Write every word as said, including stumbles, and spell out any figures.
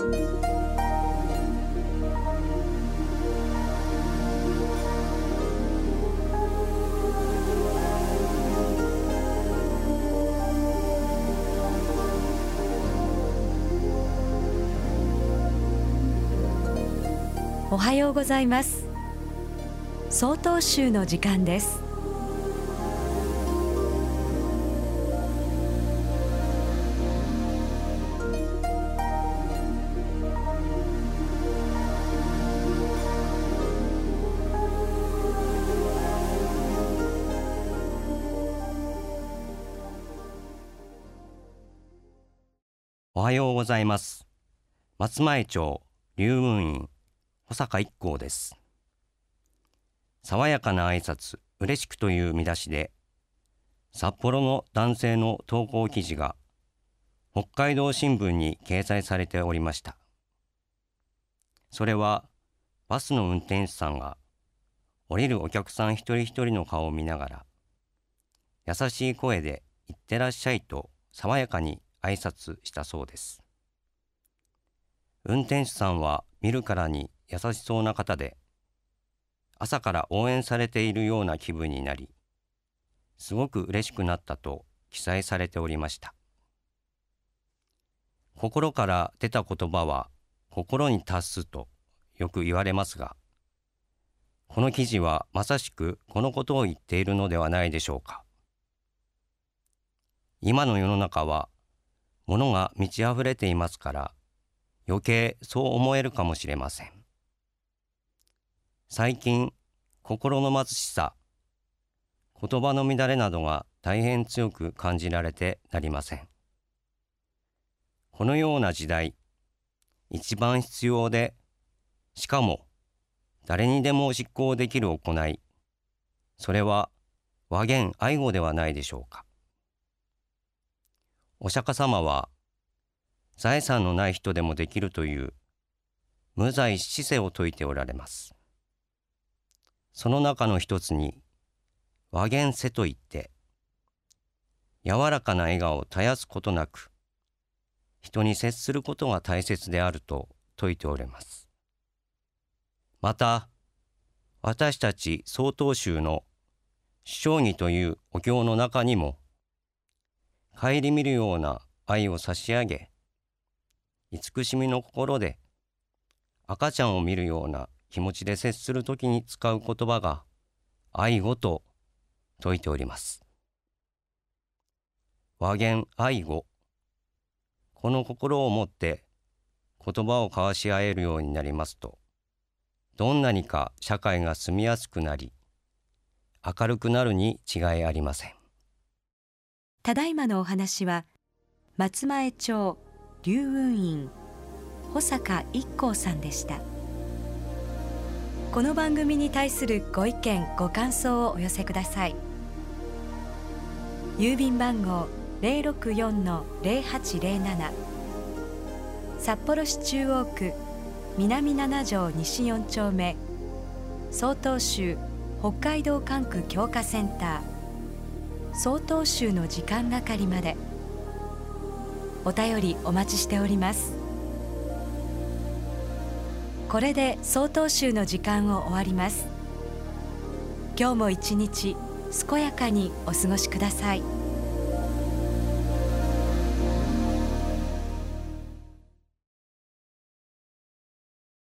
おはようございます。曹洞宗の時間です。 おはようございます。松前町龍雲院保坂一行です。爽やかな挨拶、嬉しくという見出しで、札幌の男性の投稿記事が北海道新聞に掲載されておりました。それはバスの運転手さんが降りるお客さん一人一人の顔を見ながら、優しい声でいってらっしゃいと爽やかに挨拶したそうです。運転手さんは見るからに優しそうな方で、朝から応援されているような気分になり、すごく嬉しくなったと記載されておりました。心から出た言葉は心に達すとよく言われますが、この記事はまさしくこのことを言っているのではないでしょうか。今の世の中は物が満ち溢れていますから、余計そう思えるかもしれません。最近、心の貧しさ、言葉の乱れなどが大変強く感じられてなりません。このような時代、一番必要で、しかも誰にでも実行できる行い、それは和言愛語ではないでしょうか。お釈迦様は、財産のない人でもできるという無罪死世を説いておられます。その中の一つに和言世といって、柔らかな笑顔を絶やすことなく人に接することが大切であると説いておられます。また私たち曹洞宗の主唱義というお経の中にも、顧みるような愛を差し上げ、慈しみの心で赤ちゃんを見るような気持ちで接するときに使う言葉が愛語と説いております。和言愛語、この心を持って言葉を交わし合えるようになりますと、どんなにか社会が住みやすくなり明るくなるに違いありません。 ただいまのお話は松前町龍雲院保坂一行さんでした。この番組に対するご意見ご感想をお寄せください。郵便番号 ゼロろくよんのゼロはちゼロなな、 札幌市中央区南なな条西よん丁目、曹洞宗北海道管区強化センター曹洞宗の時間係まで。お便りお待ちしております。これで曹洞宗の時間を終わります。今日も一日健やかにお過ごしください。